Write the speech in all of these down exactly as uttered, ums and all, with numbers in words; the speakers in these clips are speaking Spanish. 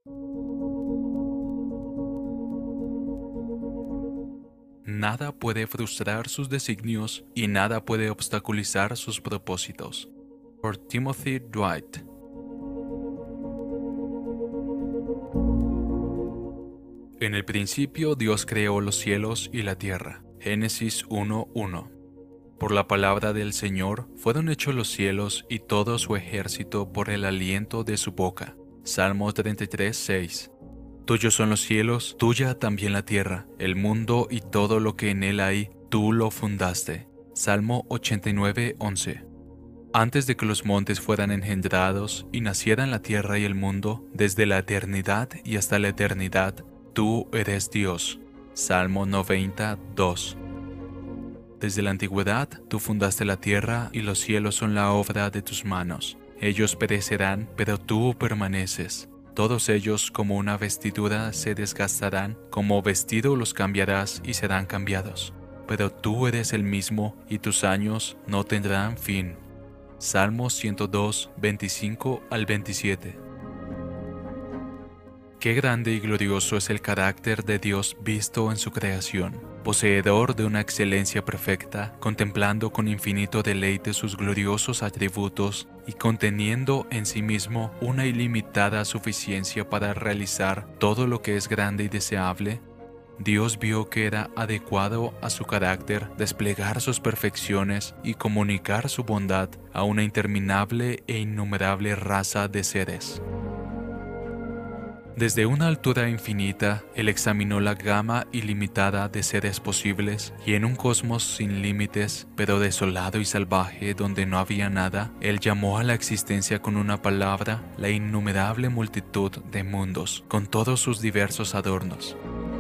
Nada puede frustrar sus designios y nada puede obstaculizar sus propósitos. Por Timothy Dwight. En el principio Dios creó los cielos y la tierra. Génesis uno uno. Por la palabra del Señor fueron hechos los cielos y todo su ejército por el aliento de su boca. Salmo treinta y tres seis. Tuyos son los cielos, tuya también la tierra, el mundo y todo lo que en él hay, tú lo fundaste. Salmo ochenta y nueve once. Antes de que los montes fueran engendrados y nacieran la tierra y el mundo, desde la eternidad y hasta la eternidad, tú eres Dios. Salmo noventa dos. Desde la antigüedad tú fundaste la tierra y los cielos son la obra de tus manos. Ellos perecerán, pero tú permaneces. Todos ellos como una vestidura se desgastarán, como vestido los cambiarás y serán cambiados. Pero tú eres el mismo y tus años no tendrán fin. Salmo ciento dos, veinticinco al veintisiete. Qué grande y glorioso es el carácter de Dios visto en su creación, poseedor de una excelencia perfecta, contemplando con infinito deleite sus gloriosos atributos y conteniendo en sí mismo una ilimitada suficiencia para realizar todo lo que es grande y deseable. Dios vio que era adecuado a su carácter desplegar sus perfecciones y comunicar su bondad a una interminable e innumerable raza de seres. Desde una altura infinita, Él examinó la gama ilimitada de seres posibles y en un cosmos sin límites, pero desolado y salvaje donde no había nada, Él llamó a la existencia con una palabra la innumerable multitud de mundos, con todos sus diversos adornos.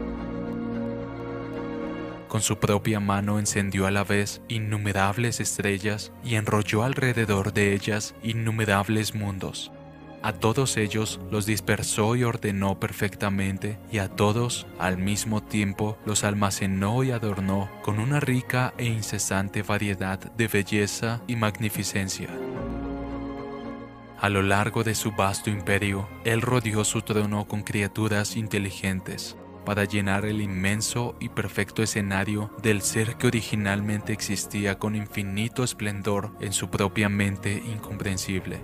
Con su propia mano encendió a la vez innumerables estrellas y enrolló alrededor de ellas innumerables mundos. A todos ellos los dispersó y ordenó perfectamente, y a todos al mismo tiempo los almacenó y adornó con una rica e incesante variedad de belleza y magnificencia. A lo largo de su vasto imperio, Él rodeó su trono con criaturas inteligentes, para llenar el inmenso y perfecto escenario del ser que originalmente existía con infinito esplendor en su propia mente incomprensible.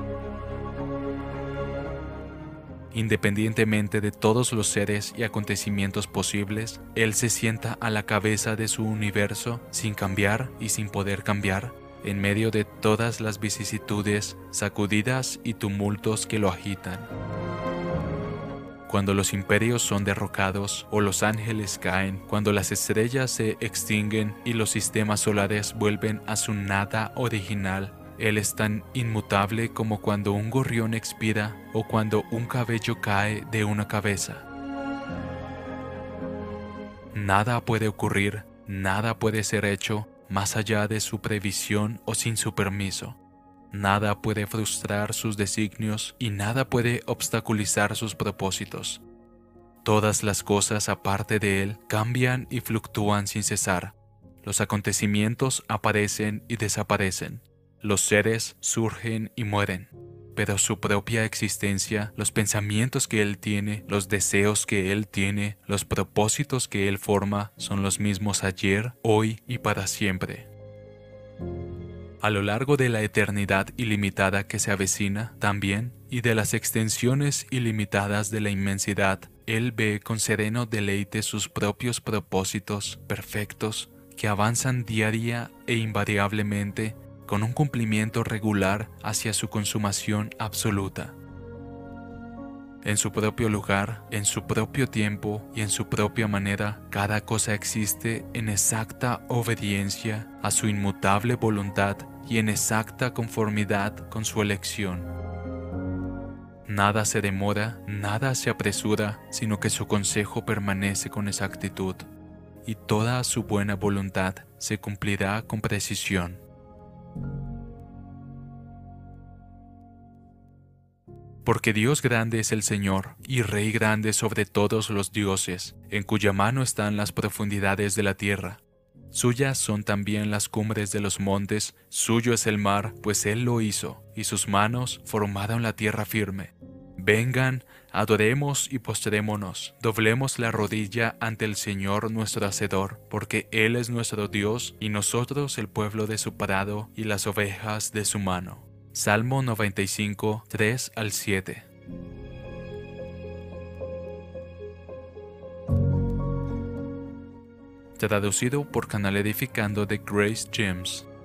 Independientemente de todos los seres y acontecimientos posibles, Él se sienta a la cabeza de su universo sin cambiar y sin poder cambiar, en medio de todas las vicisitudes, sacudidas y tumultos que lo agitan. Cuando los imperios son derrocados o los ángeles caen, cuando las estrellas se extinguen y los sistemas solares vuelven a su nada original, Él es tan inmutable como cuando un gorrión expira o cuando un cabello cae de una cabeza. Nada puede ocurrir, nada puede ser hecho más allá de su previsión o sin su permiso. Nada puede frustrar sus designios y nada puede obstaculizar sus propósitos. Todas las cosas aparte de Él cambian y fluctúan sin cesar. Los acontecimientos aparecen y desaparecen. Los seres surgen y mueren, pero su propia existencia, los pensamientos que Él tiene, los deseos que Él tiene, los propósitos que Él forma, son los mismos ayer, hoy y para siempre. A lo largo de la eternidad ilimitada que se avecina también, y de las extensiones ilimitadas de la inmensidad, Él ve con sereno deleite sus propios propósitos perfectos que avanzan diaria e invariablemente con un cumplimiento regular hacia su consumación absoluta. En su propio lugar, en su propio tiempo y en su propia manera, cada cosa existe en exacta obediencia a su inmutable voluntad y en exacta conformidad con su elección. Nada se demora, nada se apresura, sino que su consejo permanece con exactitud, y toda su buena voluntad se cumplirá con precisión. Porque Dios grande es el Señor, y Rey grande sobre todos los dioses, en cuya mano están las profundidades de la tierra. Suyas son también las cumbres de los montes, suyo es el mar, pues Él lo hizo, y sus manos formaron la tierra firme. Vengan, Adoremos y postrémonos, doblemos la rodilla ante el Señor nuestro Hacedor, porque Él es nuestro Dios y nosotros el pueblo de su prado y las ovejas de su mano. Salmo noventa y cinco, tres al siete. Traducido por Canal Edificando de Grace James.